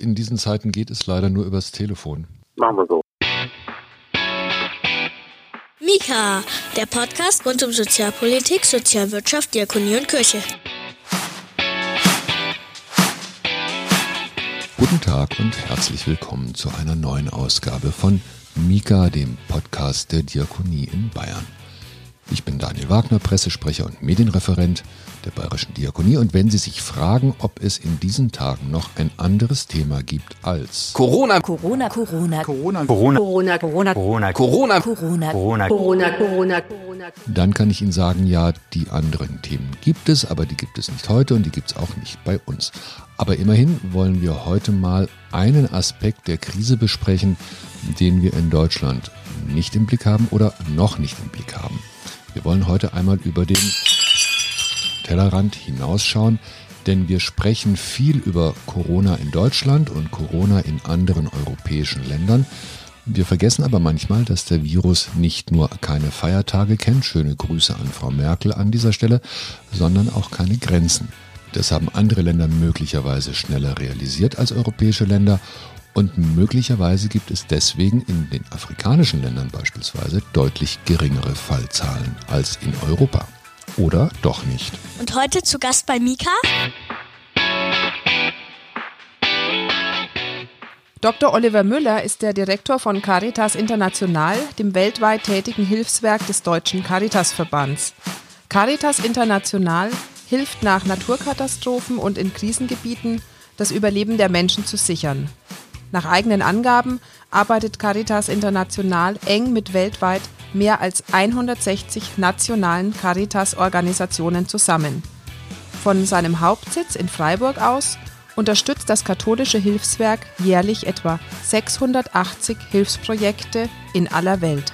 in diesen Zeiten geht es leider nur übers Telefon. Machen wir so. Mika, der Podcast rund um Sozialpolitik, Sozialwirtschaft, Diakonie und Kirche. Guten Tag und herzlich willkommen zu einer neuen Ausgabe von Mika, dem Podcast der Diakonie in Bayern. Ich bin Daniel Wagner, Pressesprecher und Medienreferent der Bayerischen Diakonie. Und wenn Sie sich fragen, ob es in diesen Tagen noch ein anderes Thema gibt als Corona, dann kann ich Ihnen sagen, ja, die anderen Themen gibt es, aber die gibt es nicht heute und die gibt es auch nicht bei uns. Aber immerhin wollen wir heute mal einen Aspekt der Krise besprechen, den wir in Deutschland nicht im Blick haben oder noch nicht im Blick haben. Wir wollen heute einmal über den Tellerrand hinausschauen, denn wir sprechen viel über Corona in Deutschland und Corona in anderen europäischen Ländern. Wir vergessen aber manchmal, dass der Virus nicht nur keine Feiertage kennt, schöne Grüße an Frau Merkel an dieser Stelle, sondern auch keine Grenzen. Das haben andere Länder möglicherweise schneller realisiert als europäische Länder. Und möglicherweise gibt es deswegen in den afrikanischen Ländern beispielsweise deutlich geringere Fallzahlen als in Europa. Oder doch nicht? Und heute zu Gast bei Mika Dr. Oliver Müller ist der Direktor von Caritas International, dem weltweit tätigen Hilfswerk des Deutschen Caritasverbands. Caritas International hilft nach Naturkatastrophen und in Krisengebieten, das Überleben der Menschen zu sichern. Nach eigenen Angaben arbeitet Caritas International eng mit weltweit mehr als 160 nationalen Caritas-Organisationen zusammen. Von seinem Hauptsitz in Freiburg aus unterstützt das katholische Hilfswerk jährlich etwa 680 Hilfsprojekte in aller Welt.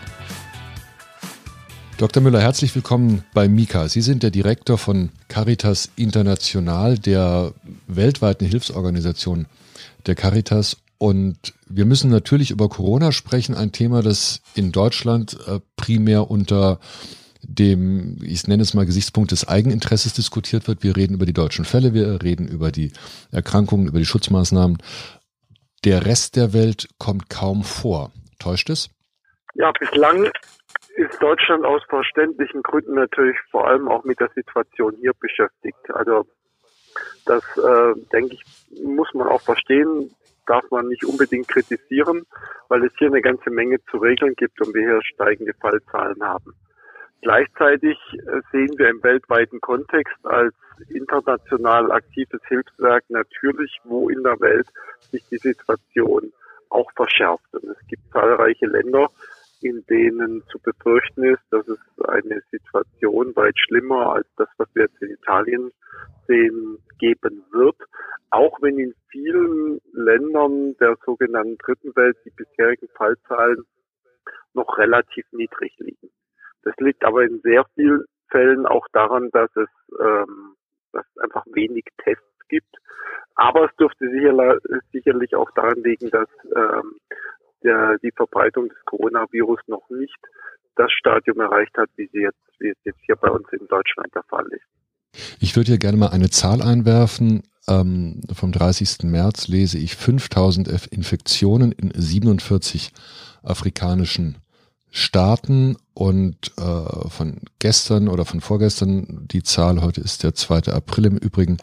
Dr. Müller, herzlich willkommen bei Mika. Sie sind der Direktor von Caritas International, der weltweiten Hilfsorganisation der Caritas. Und wir müssen natürlich über Corona sprechen, ein Thema, das in Deutschland primär unter dem, ich nenne es mal, Gesichtspunkt des Eigeninteresses diskutiert wird. Wir reden über die deutschen Fälle, wir reden über die Erkrankungen, über die Schutzmaßnahmen. Der Rest der Welt kommt kaum vor. Täuscht es? Ja, bislang ist Deutschland aus verständlichen Gründen natürlich vor allem auch mit der Situation hier beschäftigt. Also das, denke ich, muss man auch verstehen, darf man nicht unbedingt kritisieren, weil es hier eine ganze Menge zu regeln gibt und wir hier steigende Fallzahlen haben. Gleichzeitig sehen wir im weltweiten Kontext als international aktives Hilfswerk natürlich, wo in der Welt sich die Situation auch verschärft. Und es gibt zahlreiche Länder, in denen zu befürchten ist, dass es eine Situation weit schlimmer als das, was wir jetzt in Italien sehen, geben wird. Auch wenn in vielen Ländern der sogenannten Dritten Welt die bisherigen Fallzahlen noch relativ niedrig liegen. Das liegt aber in sehr vielen Fällen auch daran, dass es einfach wenig Tests gibt. Aber es dürfte sicherlich auch daran liegen, dass die Verbreitung des Coronavirus noch nicht das Stadium erreicht hat, wie es jetzt hier bei uns in Deutschland der Fall ist. Ich würde hier gerne mal eine Zahl einwerfen. Vom 30. März lese ich 5000 Infektionen in 47 afrikanischen Staaten und von gestern oder von vorgestern die Zahl, heute ist der 2. April im Übrigen,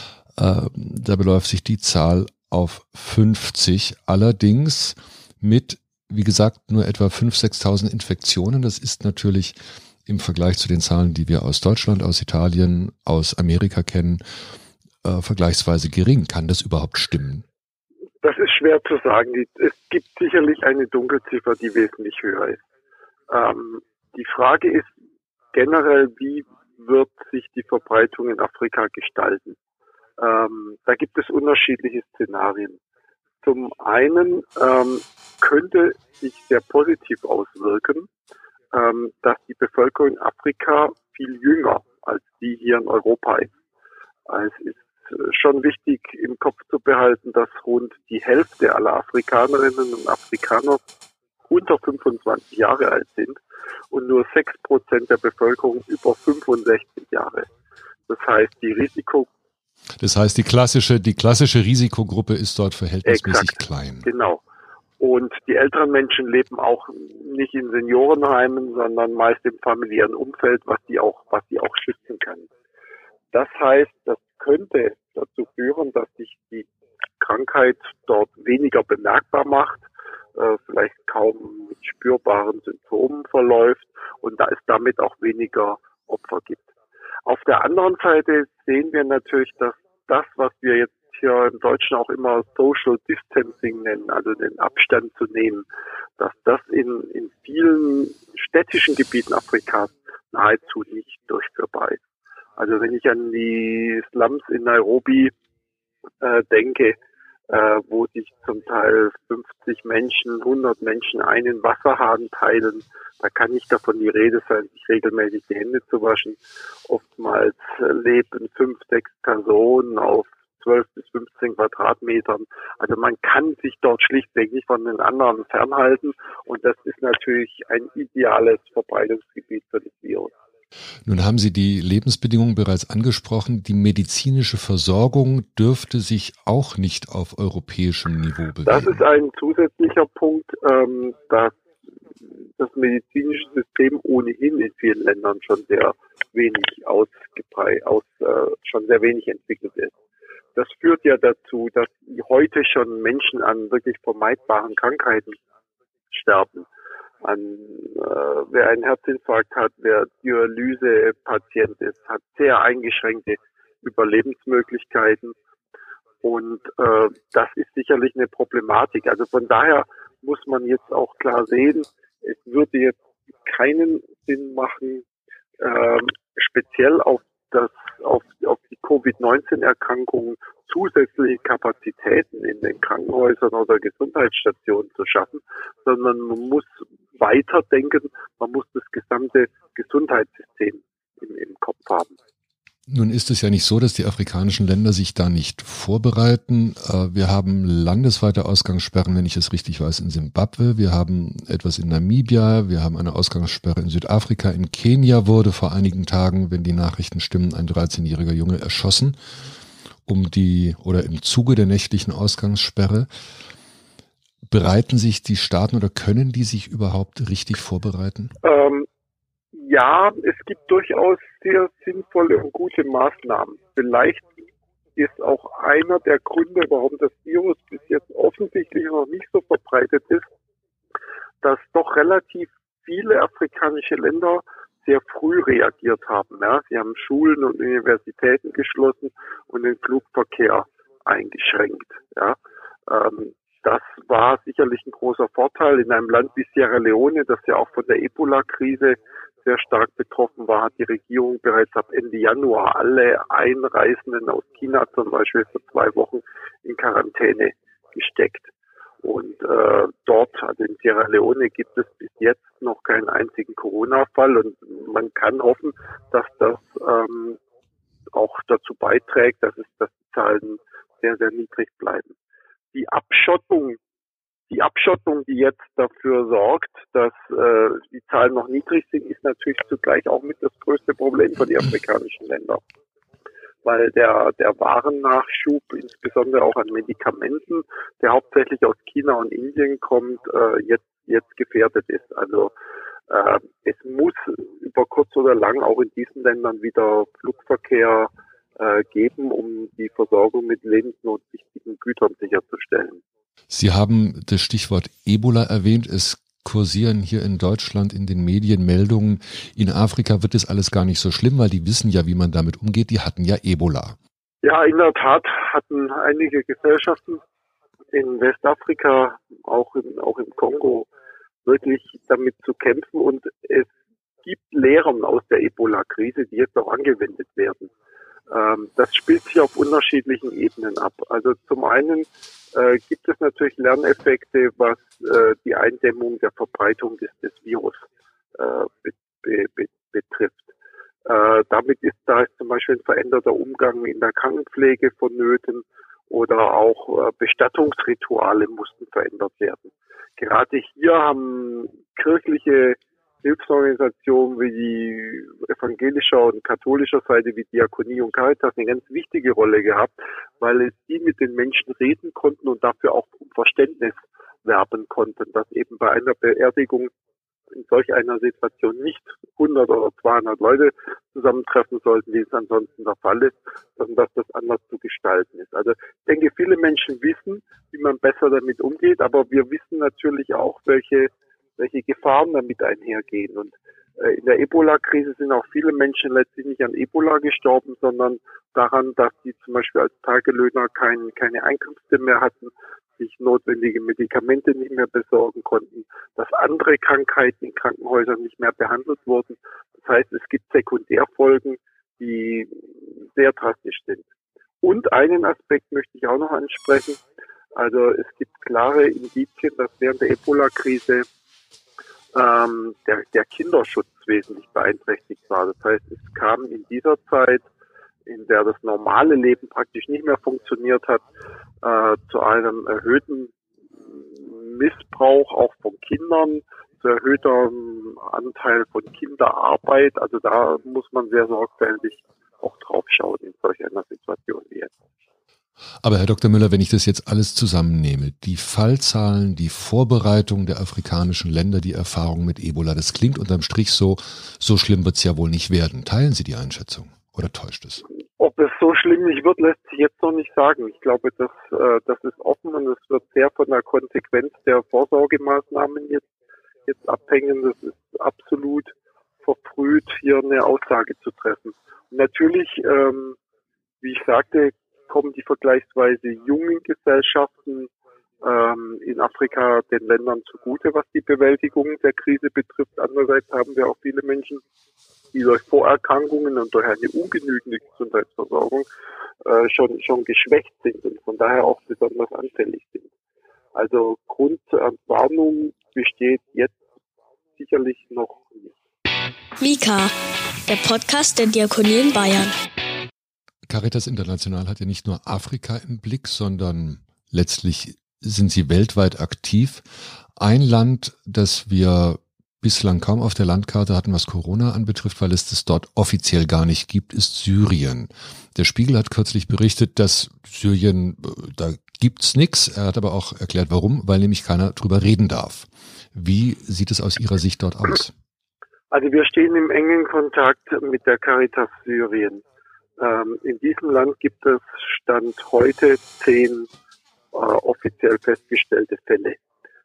da beläuft sich die Zahl auf 50, allerdings mit, wie gesagt, nur etwa 5.000, 6.000 Infektionen. Das ist natürlich im Vergleich zu den Zahlen, die wir aus Deutschland, aus Italien, aus Amerika kennen, vergleichsweise gering. Kann das überhaupt stimmen? Das ist schwer zu sagen. Es gibt sicherlich eine Dunkelziffer, die wesentlich höher ist. Die Frage ist generell, wie wird sich die Verbreitung in Afrika gestalten? Da gibt es unterschiedliche Szenarien. Zum einen könnte sich sehr positiv auswirken, dass die Bevölkerung in Afrika viel jünger als die hier in Europa ist. Es ist schon wichtig im Kopf zu behalten, dass rund die Hälfte aller Afrikanerinnen und Afrikaner unter 25 Jahre alt sind und nur 6% der Bevölkerung über 65 Jahre. Das heißt, die Das heißt, die klassische Risikogruppe ist dort verhältnismäßig klein. Genau. Und die älteren Menschen leben auch nicht in Seniorenheimen, sondern meist im familiären Umfeld, was die auch schützen kann. Das heißt, das könnte dazu führen, dass sich die Krankheit dort weniger bemerkbar macht, vielleicht kaum mit spürbaren Symptomen verläuft und da es damit auch weniger Opfer gibt. Auf der anderen Seite sehen wir natürlich, dass das, was wir jetzt hier im Deutschen auch immer Social Distancing nennen, also den Abstand zu nehmen, dass das in vielen städtischen Gebieten Afrikas nahezu nicht durchführbar ist. Also wenn ich an die Slums in Nairobi denke, wo sich zum Teil 50 Menschen, 100 Menschen einen Wasserhahn teilen, da kann nicht davon die Rede sein, sich regelmäßig die Hände zu waschen. Oftmals leben 5, 6 Personen auf 12 bis 15 Quadratmetern. Also man kann sich dort schlichtweg nicht von den anderen fernhalten und das ist natürlich ein ideales Verbreitungsgebiet für das Virus. Nun haben Sie die Lebensbedingungen bereits angesprochen. Die medizinische Versorgung dürfte sich auch nicht auf europäischem Niveau bewegen. Das ist ein zusätzlicher Punkt, dass das medizinische System ohnehin in vielen Ländern schon sehr wenig schon sehr wenig entwickelt ist. Das führt ja dazu, dass heute schon Menschen an wirklich vermeidbaren Krankheiten sterben. Wer einen Herzinfarkt hat, wer Dialysepatient ist, hat sehr eingeschränkte Überlebensmöglichkeiten. Und das ist sicherlich eine Problematik. Also von daher muss man jetzt auch klar sehen, es würde jetzt keinen Sinn machen, speziell auf die Covid-19-Erkrankungen zusätzliche Kapazitäten in den Krankenhäusern oder Gesundheitsstationen zu schaffen, sondern man muss weiterdenken, man muss das gesamte Gesundheitssystem im Kopf haben. Nun ist es ja nicht so, dass die afrikanischen Länder sich da nicht vorbereiten. Wir haben landesweite Ausgangssperren, wenn ich es richtig weiß, in Simbabwe. Wir haben etwas in Namibia. Wir haben eine Ausgangssperre in Südafrika. In Kenia wurde vor einigen Tagen, wenn die Nachrichten stimmen, ein 13-jähriger Junge erschossen, im Zuge der nächtlichen Ausgangssperre. Bereiten sich die Staaten oder können die sich überhaupt richtig vorbereiten? Ja, es gibt durchaus sehr sinnvolle und gute Maßnahmen. Vielleicht ist auch einer der Gründe, warum das Virus bis jetzt offensichtlich noch nicht so verbreitet ist, dass doch relativ viele afrikanische Länder sehr früh reagiert haben. Ja, sie haben Schulen und Universitäten geschlossen und den Flugverkehr eingeschränkt. Ja, das war sicherlich ein großer Vorteil. In einem Land wie Sierra Leone, das ja auch von der Ebola-Krise sehr stark betroffen war, hat die Regierung bereits ab Ende Januar alle Einreisenden aus China zum Beispiel für 2 Wochen in Quarantäne gesteckt. Und dort, also in Sierra Leone, gibt es bis jetzt noch keinen einzigen Corona-Fall und man kann hoffen, dass das auch dazu beiträgt, dass die Zahlen sehr, sehr niedrig bleiben. Die Abschottung, die jetzt dafür sorgt, dass die Zahlen noch niedrig sind, ist natürlich zugleich auch mit das größte Problem für die afrikanischen Länder. Weil der Warennachschub, insbesondere auch an Medikamenten, der hauptsächlich aus China und Indien kommt, jetzt gefährdet ist. Also es muss über kurz oder lang auch in diesen Ländern wieder Flugverkehr geben, um die Versorgung mit lebensnotwichtigen Gütern sicherzustellen. Sie haben das Stichwort Ebola erwähnt. Es kursieren hier in Deutschland in den Medien Meldungen, in Afrika wird es alles gar nicht so schlimm, weil die wissen ja, wie man damit umgeht. Die hatten ja Ebola. Ja, in der Tat hatten einige Gesellschaften in Westafrika, auch im Kongo, wirklich damit zu kämpfen. Und es gibt Lehren aus der Ebola-Krise, die jetzt auch angewendet werden. Das spielt sich auf unterschiedlichen Ebenen ab. Also zum einen gibt es natürlich Lerneffekte, was die Eindämmung der Verbreitung des Virus betrifft. Da ist zum Beispiel ein veränderter Umgang in der Krankenpflege vonnöten oder auch Bestattungsrituale mussten verändert werden. Gerade hier haben kirchliche Hilfsorganisationen wie die evangelischer und katholischer Seite wie Diakonie und Caritas eine ganz wichtige Rolle gehabt, weil es die mit den Menschen reden konnten und dafür auch um Verständnis werben konnten, dass eben bei einer Beerdigung in solch einer Situation nicht 100 oder 200 Leute zusammentreffen sollten, wie es ansonsten der Fall ist, sondern dass das anders zu gestalten ist. Also ich denke, viele Menschen wissen, wie man besser damit umgeht, aber wir wissen natürlich auch, welche Gefahren damit einhergehen. Und in der Ebola-Krise sind auch viele Menschen letztlich nicht an Ebola gestorben, sondern daran, dass die zum Beispiel als Tagelöhner keine Einkünfte mehr hatten, sich notwendige Medikamente nicht mehr besorgen konnten, dass andere Krankheiten in Krankenhäusern nicht mehr behandelt wurden. Das heißt, es gibt Sekundärfolgen, die sehr drastisch sind. Und einen Aspekt möchte ich auch noch ansprechen. Also es gibt klare Indizien, dass während der Ebola-Krise der Kinderschutz wesentlich beeinträchtigt war. Das heißt, es kam in dieser Zeit, in der das normale Leben praktisch nicht mehr funktioniert hat, zu einem erhöhten Missbrauch auch von Kindern, zu erhöhterem Anteil von Kinderarbeit. Also da muss man sehr sorgfältig auch drauf schauen in solch einer Situation wie jetzt. Aber Herr Dr. Müller, wenn ich das jetzt alles zusammennehme, die Fallzahlen, die Vorbereitung der afrikanischen Länder, die Erfahrung mit Ebola, das klingt unterm Strich so schlimm wird es ja wohl nicht werden. Teilen Sie die Einschätzung oder täuscht es? Ob es so schlimm nicht wird, lässt sich jetzt noch nicht sagen. Ich glaube, das ist offen und es wird sehr von der Konsequenz der Vorsorgemaßnahmen jetzt abhängen. Das ist absolut verfrüht, hier eine Aussage zu treffen. Und natürlich, wie ich sagte, kommen die vergleichsweise jungen Gesellschaften in Afrika den Ländern zugute, was die Bewältigung der Krise betrifft. Andererseits haben wir auch viele Menschen, die durch Vorerkrankungen und durch eine ungenügende Gesundheitsversorgung schon geschwächt sind und von daher auch besonders anfällig sind. Also Grund zur Warnung besteht jetzt sicherlich noch nicht. Mika, der Podcast der Diakonie in Bayern. Caritas International hat ja nicht nur Afrika im Blick, sondern letztlich sind sie weltweit aktiv. Ein Land, das wir bislang kaum auf der Landkarte hatten, was Corona anbetrifft, weil es das dort offiziell gar nicht gibt, ist Syrien. Der Spiegel hat kürzlich berichtet, dass Syrien, da gibt's nichts. Er hat aber auch erklärt, warum, weil nämlich keiner drüber reden darf. Wie sieht es aus Ihrer Sicht dort aus? Also wir stehen im engen Kontakt mit der Caritas Syrien. In diesem Land gibt es Stand heute 10 offiziell festgestellte Fälle.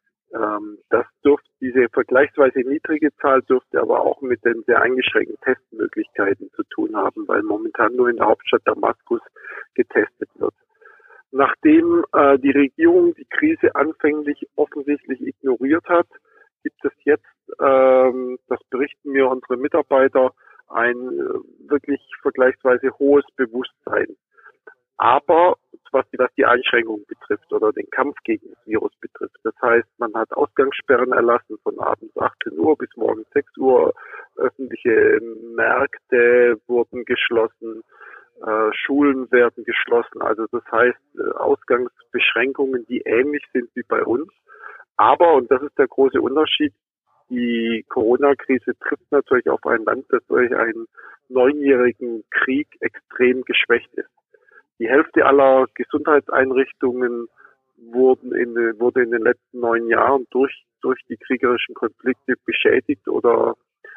Diese vergleichsweise niedrige Zahl dürfte aber auch mit den sehr eingeschränkten Testmöglichkeiten zu tun haben, weil momentan nur in der Hauptstadt Damaskus getestet wird. Nachdem die Regierung die Krise anfänglich offensichtlich ignoriert hat, gibt es jetzt, das berichten mir unsere Mitarbeiter, ein wirklich vergleichsweise hohes Bewusstsein. Aber was die Einschränkung betrifft oder den Kampf gegen das Virus betrifft. Das heißt, man hat Ausgangssperren erlassen von abends 18 Uhr bis morgens 6 Uhr. Öffentliche Märkte wurden geschlossen, Schulen werden geschlossen. Also das heißt, Ausgangsbeschränkungen, die ähnlich sind wie bei uns. Aber, und das ist der große Unterschied, die Corona-Krise trifft natürlich auf ein Land, das durch einen 9-jährigen Krieg extrem geschwächt ist. Die Hälfte aller Gesundheitseinrichtungen wurde in den letzten 9 Jahren durch die kriegerischen Konflikte beschädigt oder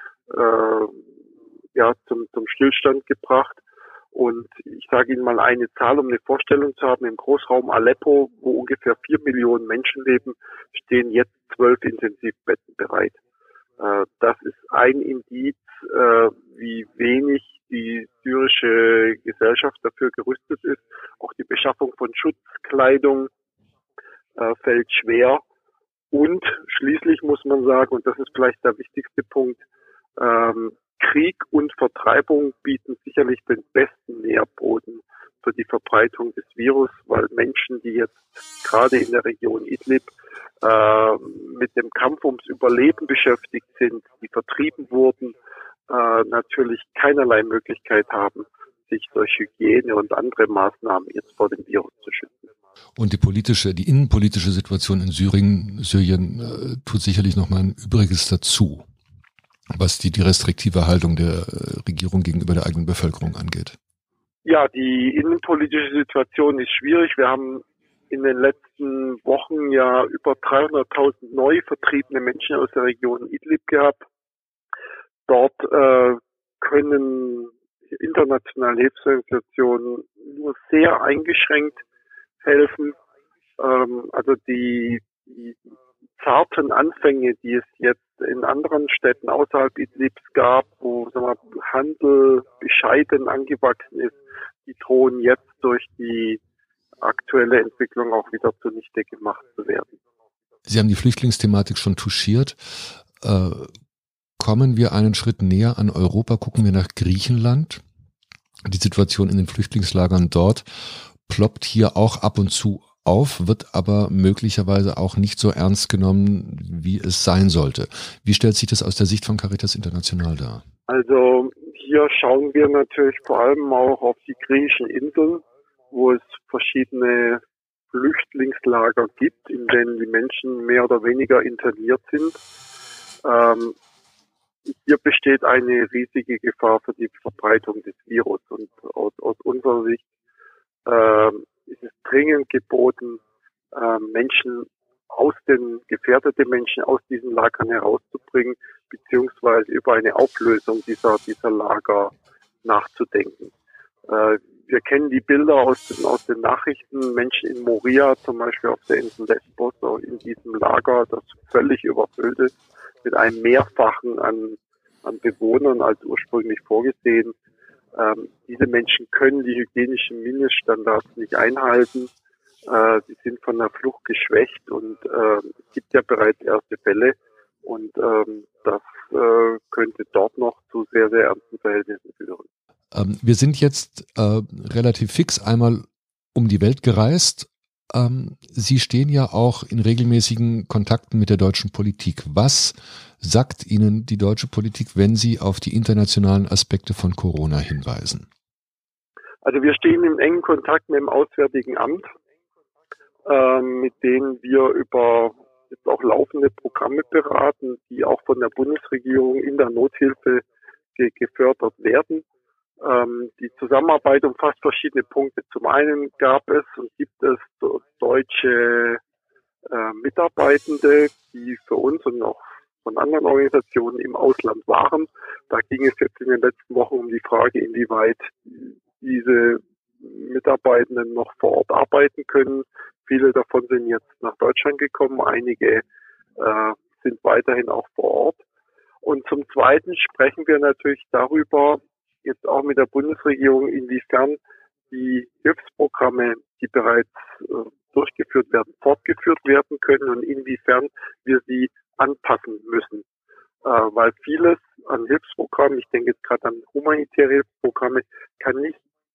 zum Stillstand gebracht. Und ich sage Ihnen mal eine Zahl, um eine Vorstellung zu haben. Im Großraum Aleppo, wo ungefähr 4 Millionen Menschen leben, stehen jetzt 12 Intensivbetten bereit. Das ist ein Indiz, wie wenig die syrische Gesellschaft dafür gerüstet ist. Auch die Beschaffung von Schutzkleidung fällt schwer. Und schließlich muss man sagen, und das ist vielleicht der wichtigste Punkt, Krieg und Vertreibung bieten sicherlich den besten Nährboden für die Verbreitung des Virus, weil Menschen, die jetzt gerade in der Region Idlib mit dem Kampf ums Überleben beschäftigt sind, die vertrieben wurden, natürlich keinerlei Möglichkeit haben, sich durch Hygiene und andere Maßnahmen jetzt vor dem Virus zu schützen. Und die innenpolitische Situation in Syrien tut sicherlich noch mal ein Übriges dazu. was die restriktive Haltung der Regierung gegenüber der eigenen Bevölkerung angeht? Ja, die innenpolitische Situation ist schwierig. Wir haben in den letzten Wochen ja über 300.000 neu vertriebene Menschen aus der Region Idlib gehabt. Dort können internationale Hilfsorganisationen nur sehr eingeschränkt helfen. Also die zarten Anfänge, die es jetzt in anderen Städten außerhalb Idlibs gab, wo Handel bescheiden angewachsen ist, die drohen jetzt durch die aktuelle Entwicklung auch wieder zunichte gemacht zu werden. Sie haben die Flüchtlingsthematik schon touchiert. Kommen wir einen Schritt näher an Europa, gucken wir nach Griechenland. Die Situation in den Flüchtlingslagern dort ploppt hier auch ab und zu auf, wird aber möglicherweise auch nicht so ernst genommen, wie es sein sollte. Wie stellt sich das aus der Sicht von Caritas International dar? Also hier schauen wir natürlich vor allem auch auf die griechischen Inseln, wo es verschiedene Flüchtlingslager gibt, in denen die Menschen mehr oder weniger interniert sind. Hier besteht eine riesige Gefahr für die Verbreitung des Virus und aus unserer Sicht ist es dringend geboten, gefährdete Menschen aus diesen Lagern herauszubringen, beziehungsweise über eine Auflösung dieser Lager nachzudenken. Wir kennen die Bilder aus den Nachrichten, Menschen in Moria, zum Beispiel auf der Insel Lesbos, in diesem Lager, das völlig überfüllt ist, mit einem Mehrfachen an Bewohnern als ursprünglich vorgesehen. Diese Menschen können die hygienischen Mindeststandards nicht einhalten. Sie sind von der Flucht geschwächt und es gibt ja bereits erste Fälle und das könnte dort noch zu sehr, sehr ernsten Verhältnissen führen. Wir sind jetzt relativ fix einmal um die Welt gereist. Sie stehen ja auch in regelmäßigen Kontakten mit der deutschen Politik. Was sagt Ihnen die deutsche Politik, wenn Sie auf die internationalen Aspekte von Corona hinweisen? Also wir stehen im engen Kontakt mit dem Auswärtigen Amt, mit denen wir über jetzt auch laufende Programme beraten, die auch von der Bundesregierung in der Nothilfe gefördert werden. Die Zusammenarbeit umfasst verschiedene Punkte. Zum einen gab es und gibt es deutsche Mitarbeitende, die für uns und auch von anderen Organisationen im Ausland waren. Da ging es jetzt in den letzten Wochen um die Frage, inwieweit diese Mitarbeitenden noch vor Ort arbeiten können. Viele davon sind jetzt nach Deutschland gekommen, einige sind weiterhin auch vor Ort. Und zum Zweiten sprechen wir natürlich darüber, jetzt auch mit der Bundesregierung, inwiefern die Hilfsprogramme, die bereits durchgeführt werden, fortgeführt werden können und inwiefern wir sie anpassen müssen. Weil vieles an Hilfsprogrammen, ich denke jetzt gerade an humanitäre Hilfsprogramme, kann nicht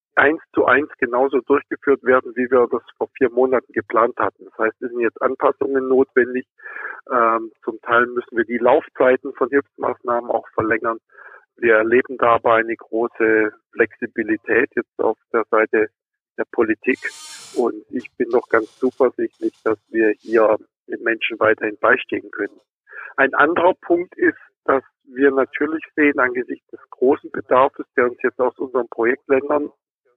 1:1 genauso durchgeführt werden, wie wir das vor 4 Monaten geplant hatten. Das heißt, es sind jetzt Anpassungen notwendig. Zum Teil müssen wir die Laufzeiten von Hilfsmaßnahmen auch verlängern. Wir erleben dabei eine große Flexibilität jetzt auf der Seite der Politik. Und ich bin doch ganz zuversichtlich, dass wir hier den Menschen weiterhin beistehen können. Ein anderer Punkt ist, dass wir natürlich sehen, angesichts des großen Bedarfs, der uns jetzt aus unseren Projektländern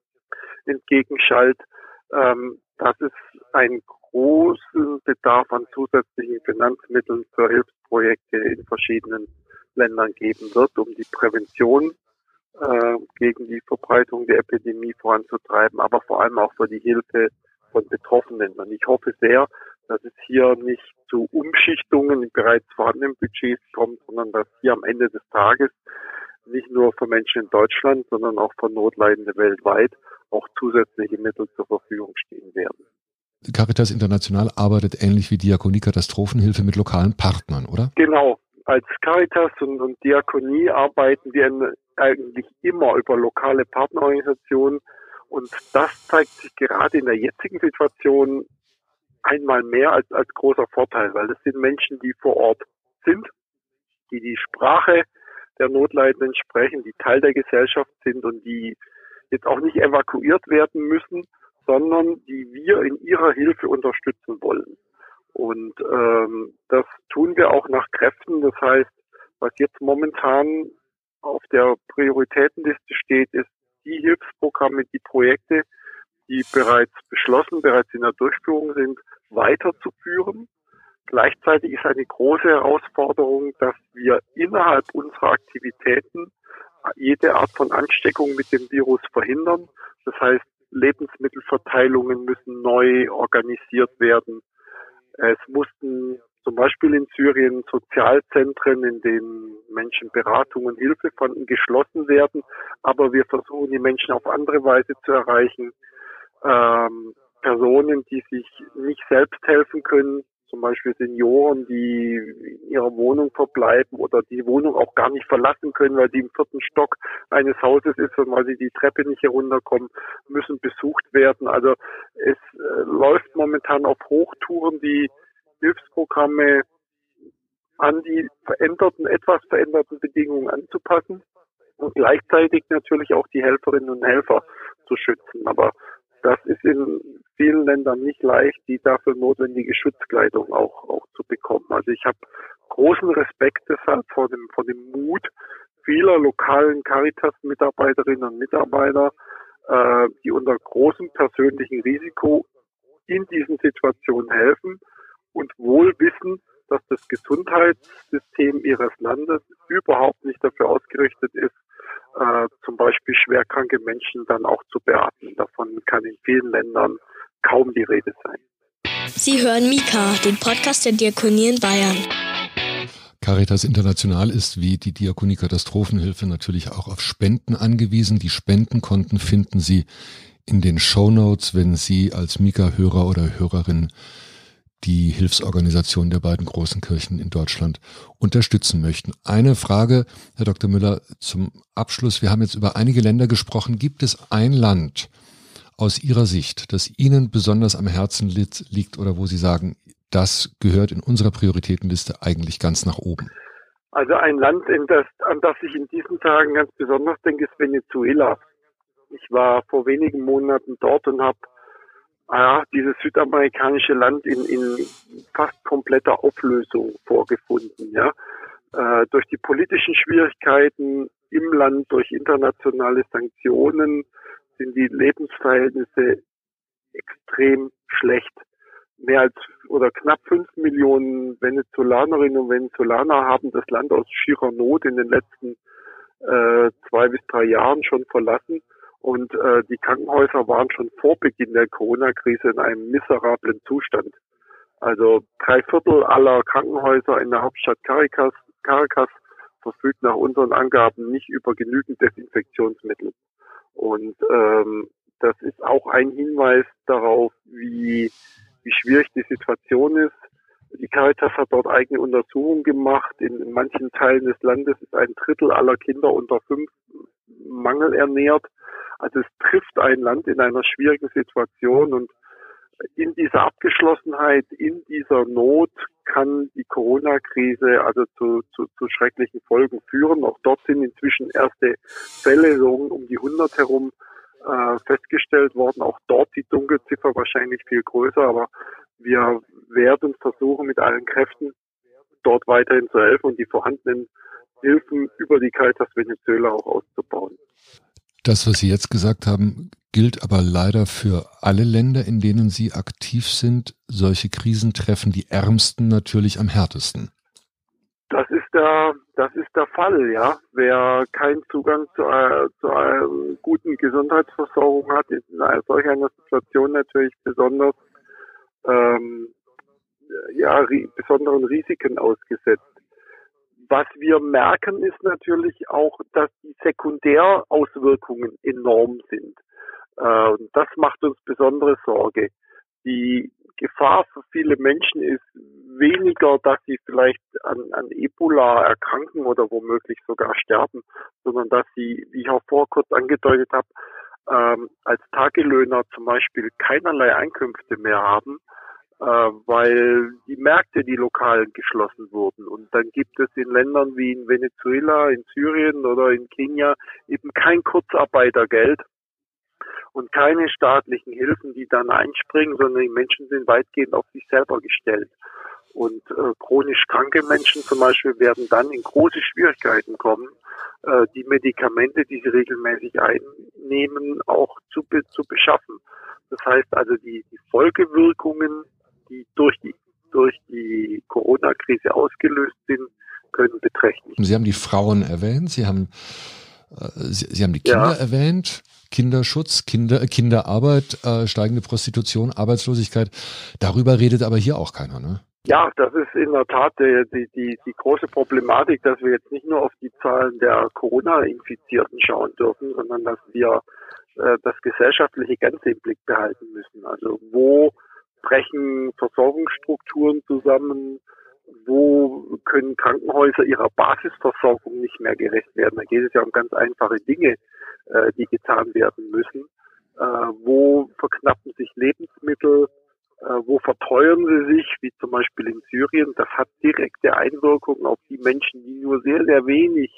entgegenschallt, dass es einen großen Bedarf an zusätzlichen Finanzmitteln für Hilfsprojekte in verschiedenen Ländern geben wird, um die Prävention gegen die Verbreitung der Epidemie voranzutreiben, aber vor allem auch für die Hilfe von Betroffenen. Und ich hoffe sehr, dass es hier nicht zu Umschichtungen in bereits vorhandenen Budgets kommt, sondern dass hier am Ende des Tages nicht nur für Menschen in Deutschland, sondern auch für Notleidende weltweit auch zusätzliche Mittel zur Verfügung stehen werden. Caritas International arbeitet ähnlich wie Diakonie Katastrophenhilfe mit lokalen Partnern, oder? Genau. Als Caritas und Diakonie arbeiten wir eigentlich immer über lokale Partnerorganisationen und das zeigt sich gerade in der jetzigen Situation einmal mehr als großer Vorteil, weil das sind Menschen, die vor Ort sind, die die Sprache der Notleidenden sprechen, die Teil der Gesellschaft sind und die jetzt auch nicht evakuiert werden müssen, sondern die wir in ihrer Hilfe unterstützen wollen. Und das tun wir auch nach Kräften. Das heißt, Was jetzt momentan auf der Prioritätenliste steht, ist die Hilfsprogramme, die Projekte, die bereits beschlossen, bereits in der Durchführung sind, weiterzuführen. Gleichzeitig ist eine große Herausforderung, dass wir innerhalb unserer Aktivitäten jede Art von Ansteckung mit dem Virus verhindern. Das heißt, Lebensmittelverteilungen müssen neu organisiert werden. Es mussten zum Beispiel in Syrien Sozialzentren, in denen Menschen Beratung und Hilfe fanden, geschlossen werden. Aber wir versuchen, die Menschen auf andere Weise zu erreichen. Personen, die sich nicht selbst helfen können, zum Beispiel Senioren, die in ihrer Wohnung verbleiben oder die Wohnung auch gar nicht verlassen können, weil die im 4. Stock eines Hauses ist und weil sie die Treppe nicht herunterkommen, müssen besucht werden. Also es läuft momentan auf Hochtouren, die Hilfsprogramme an die etwas veränderten Bedingungen anzupassen und gleichzeitig natürlich auch die Helferinnen und Helfer zu schützen. Aber das ist in vielen Ländern nicht leicht, die dafür notwendige Schutzkleidung auch zu bekommen. Also ich habe großen Respekt deshalb vor dem Mut vieler lokalen Caritas-Mitarbeiterinnen und Mitarbeiter, die unter großem persönlichen Risiko in diesen Situationen helfen und wohl wissen, dass das Gesundheitssystem ihres Landes überhaupt nicht dafür ausgerichtet ist, zum Beispiel schwerkranke Menschen dann auch zu beatmen. Davon kann in vielen Ländern kaum die Rede sein. Sie hören Mika, den Podcast der Diakonie in Bayern. Caritas International ist wie die Diakonie Katastrophenhilfe natürlich auch auf Spenden angewiesen. Die Spendenkonten finden Sie in den Shownotes, wenn Sie als Mika-Hörer oder Hörerin die Hilfsorganisation der beiden großen Kirchen in Deutschland unterstützen möchten. Eine Frage, Herr Dr. Müller, zum Abschluss. Wir haben jetzt über einige Länder gesprochen. Gibt es ein Land aus Ihrer Sicht, das Ihnen besonders am Herzen liegt oder wo Sie sagen, das gehört in unserer Prioritätenliste eigentlich ganz nach oben? Also ein Land, an das ich in diesen Tagen ganz besonders denke, ist Venezuela. Ich war vor wenigen Monaten dort und habe dieses südamerikanische Land in fast kompletter Auflösung vorgefunden, ja. Durch die politischen Schwierigkeiten im Land, durch internationale Sanktionen sind die Lebensverhältnisse extrem schlecht. Mehr als oder knapp 5 Millionen Venezolanerinnen und Venezolaner haben das Land aus schierer Not in den letzten 2 bis 3 Jahren schon verlassen. Und die Krankenhäuser waren schon vor Beginn der Corona-Krise in einem miserablen Zustand. Also 3/4 aller Krankenhäuser in der Hauptstadt Caracas verfügt nach unseren Angaben nicht über genügend Desinfektionsmittel. Und das ist auch ein Hinweis darauf, wie schwierig die Situation ist. Die Caritas hat dort eigene Untersuchungen gemacht. In manchen Teilen des Landes ist 1/3 aller Kinder unter 5 mangelernährt. Also es trifft ein Land in einer schwierigen Situation und in dieser Abgeschlossenheit, in dieser Not kann die Corona-Krise also zu schrecklichen Folgen führen. Auch dort sind inzwischen erste Fälle so um die 100 herum festgestellt worden. Auch dort die Dunkelziffer wahrscheinlich viel größer, aber wir werden versuchen mit allen Kräften dort weiterhin zu helfen und die vorhandenen Hilfen über die Caritas Venezuela auch auszubauen. Das, was Sie jetzt gesagt haben, gilt aber leider für alle Länder, in denen Sie aktiv sind. Solche Krisen treffen die Ärmsten natürlich am härtesten. Das ist der Fall, ja. Wer keinen Zugang zu einer guten Gesundheitsversorgung hat, ist in solch einer Situation natürlich besonders besonderen Risiken ausgesetzt. Was wir merken, ist natürlich auch, dass die Sekundärauswirkungen enorm sind. Und das macht uns besondere Sorge. Die Gefahr für viele Menschen ist weniger, dass sie vielleicht an Ebola erkranken oder womöglich sogar sterben, sondern dass sie, wie ich auch kurz angedeutet habe, als Tagelöhner zum Beispiel keinerlei Einkünfte mehr haben, weil die Märkte, die lokalen, geschlossen wurden. Und dann gibt es in Ländern wie in Venezuela, in Syrien oder in Kenia eben kein Kurzarbeitergeld und keine staatlichen Hilfen, die dann einspringen, sondern die Menschen sind weitgehend auf sich selber gestellt. Und chronisch kranke Menschen zum Beispiel werden dann in große Schwierigkeiten kommen, die Medikamente, die sie regelmäßig einnehmen, auch zu beschaffen. Das heißt also, die Folgewirkungen, die durch die Corona-Krise ausgelöst sind, können beträchtlich sein. Sie haben die Frauen erwähnt, Sie haben die Kinder erwähnt, Kinderschutz, Kinderarbeit, steigende Prostitution, Arbeitslosigkeit. Darüber redet aber hier auch keiner, ne? Ja, das ist in der Tat die große Problematik, dass wir jetzt nicht nur auf die Zahlen der Corona-Infizierten schauen dürfen, sondern dass wir das gesellschaftliche Ganze im Blick behalten müssen. Also wo brechen Versorgungsstrukturen zusammen, wo können Krankenhäuser ihrer Basisversorgung nicht mehr gerecht werden. Da geht es ja um ganz einfache Dinge, die getan werden müssen. Wo verknappen sich Lebensmittel, wo verteuern sie sich, wie zum Beispiel in Syrien. Das hat direkte Einwirkungen auf die Menschen, die nur sehr, sehr wenig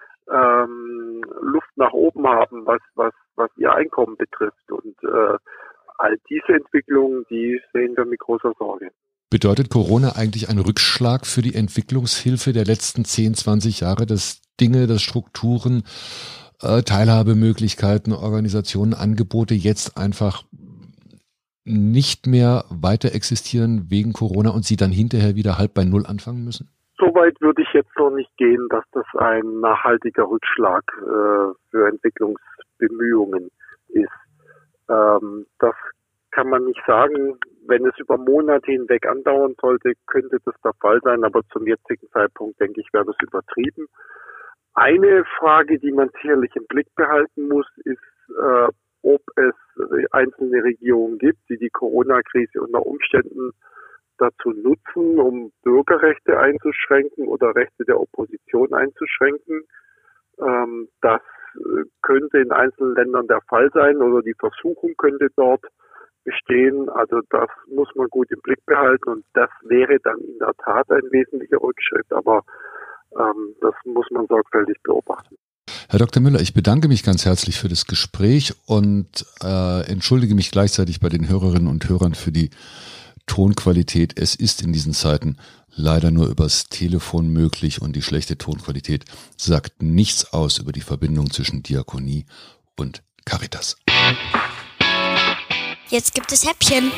Luft nach oben haben, was ihr Einkommen betrifft. Und all diese Entwicklungen, die sehen wir mit großer Sorge. Bedeutet Corona eigentlich einen Rückschlag für die Entwicklungshilfe der letzten 10, 20 Jahre, dass Dinge, dass Strukturen, Teilhabemöglichkeiten, Organisationen, Angebote jetzt einfach nicht mehr weiter existieren wegen Corona und sie dann hinterher wieder halb bei Null anfangen müssen? Soweit würde ich jetzt noch nicht gehen, dass das ein nachhaltiger Rückschlag für Entwicklungsbemühungen ist. Das kann man nicht sagen. Wenn es über Monate hinweg andauern sollte, könnte das der Fall sein, aber zum jetzigen Zeitpunkt, denke ich, wäre das übertrieben. Eine Frage, die man sicherlich im Blick behalten muss, ist, ob es einzelne Regierungen gibt, die die Corona-Krise unter Umständen dazu nutzen, um Bürgerrechte einzuschränken oder Rechte der Opposition einzuschränken. Das könnte in einzelnen Ländern der Fall sein oder die Versuchung könnte dort bestehen. Also das muss man gut im Blick behalten und das wäre dann in der Tat ein wesentlicher Rückschritt, aber das muss man sorgfältig beobachten. Herr Dr. Müller, ich bedanke mich ganz herzlich für das Gespräch und entschuldige mich gleichzeitig bei den Hörerinnen und Hörern für die Tonqualität. Es ist in diesen Zeiten leider nur übers Telefon möglich und die schlechte Tonqualität sagt nichts aus über die Verbindung zwischen Diakonie und Caritas. Jetzt gibt es Häppchen.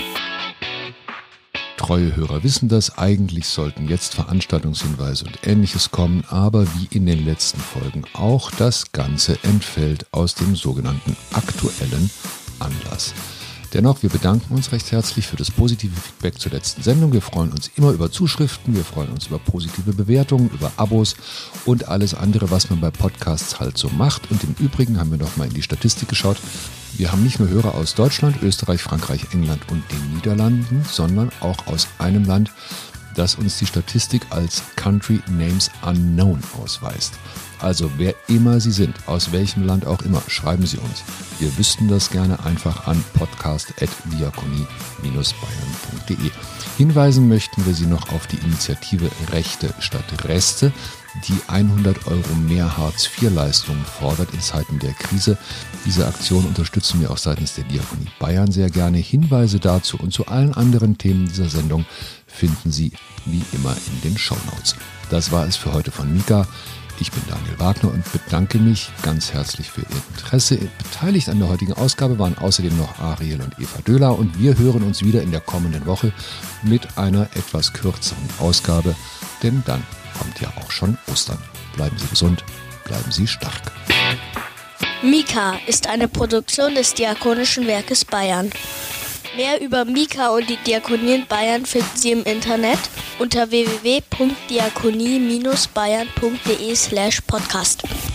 Treue Hörer wissen das, eigentlich sollten jetzt Veranstaltungshinweise und Ähnliches kommen, aber wie in den letzten Folgen auch, das Ganze entfällt aus dem sogenannten aktuellen Anlass. Dennoch, wir bedanken uns recht herzlich für das positive Feedback zur letzten Sendung. Wir freuen uns immer über Zuschriften, wir freuen uns über positive Bewertungen, über Abos und alles andere, was man bei Podcasts halt so macht. Und im Übrigen haben wir noch mal in die Statistik geschaut. Wir haben nicht nur Hörer aus Deutschland, Österreich, Frankreich, England und den Niederlanden, sondern auch aus einem Land, das uns die Statistik als Country Names Unknown ausweist. Also wer immer Sie sind, aus welchem Land auch immer, schreiben Sie uns. Wir wüssten das gerne einfach an podcast@diakonie-bayern.de. Hinweisen möchten wir Sie noch auf die Initiative Rechte statt Reste, die 100 € mehr Hartz-IV-Leistungen fordert in Zeiten der Krise. Diese Aktion unterstützen wir auch seitens der Diakonie Bayern sehr gerne. Hinweise dazu und zu allen anderen Themen dieser Sendung finden Sie wie immer in den Shownotes. Das war es für heute von Mika. Ich bin Daniel Wagner und bedanke mich ganz herzlich für Ihr Interesse. Beteiligt an der heutigen Ausgabe waren außerdem noch Ariel und Eva Döhler und wir hören uns wieder in der kommenden Woche mit einer etwas kürzeren Ausgabe, denn dann kommt ja auch schon Ostern. Bleiben Sie gesund, bleiben Sie stark. Mika ist eine Produktion des Diakonischen Werkes Bayern. Mehr über Mika und die Diakonie in Bayern finden Sie im Internet unter www.diakonie-bayern.de/podcast.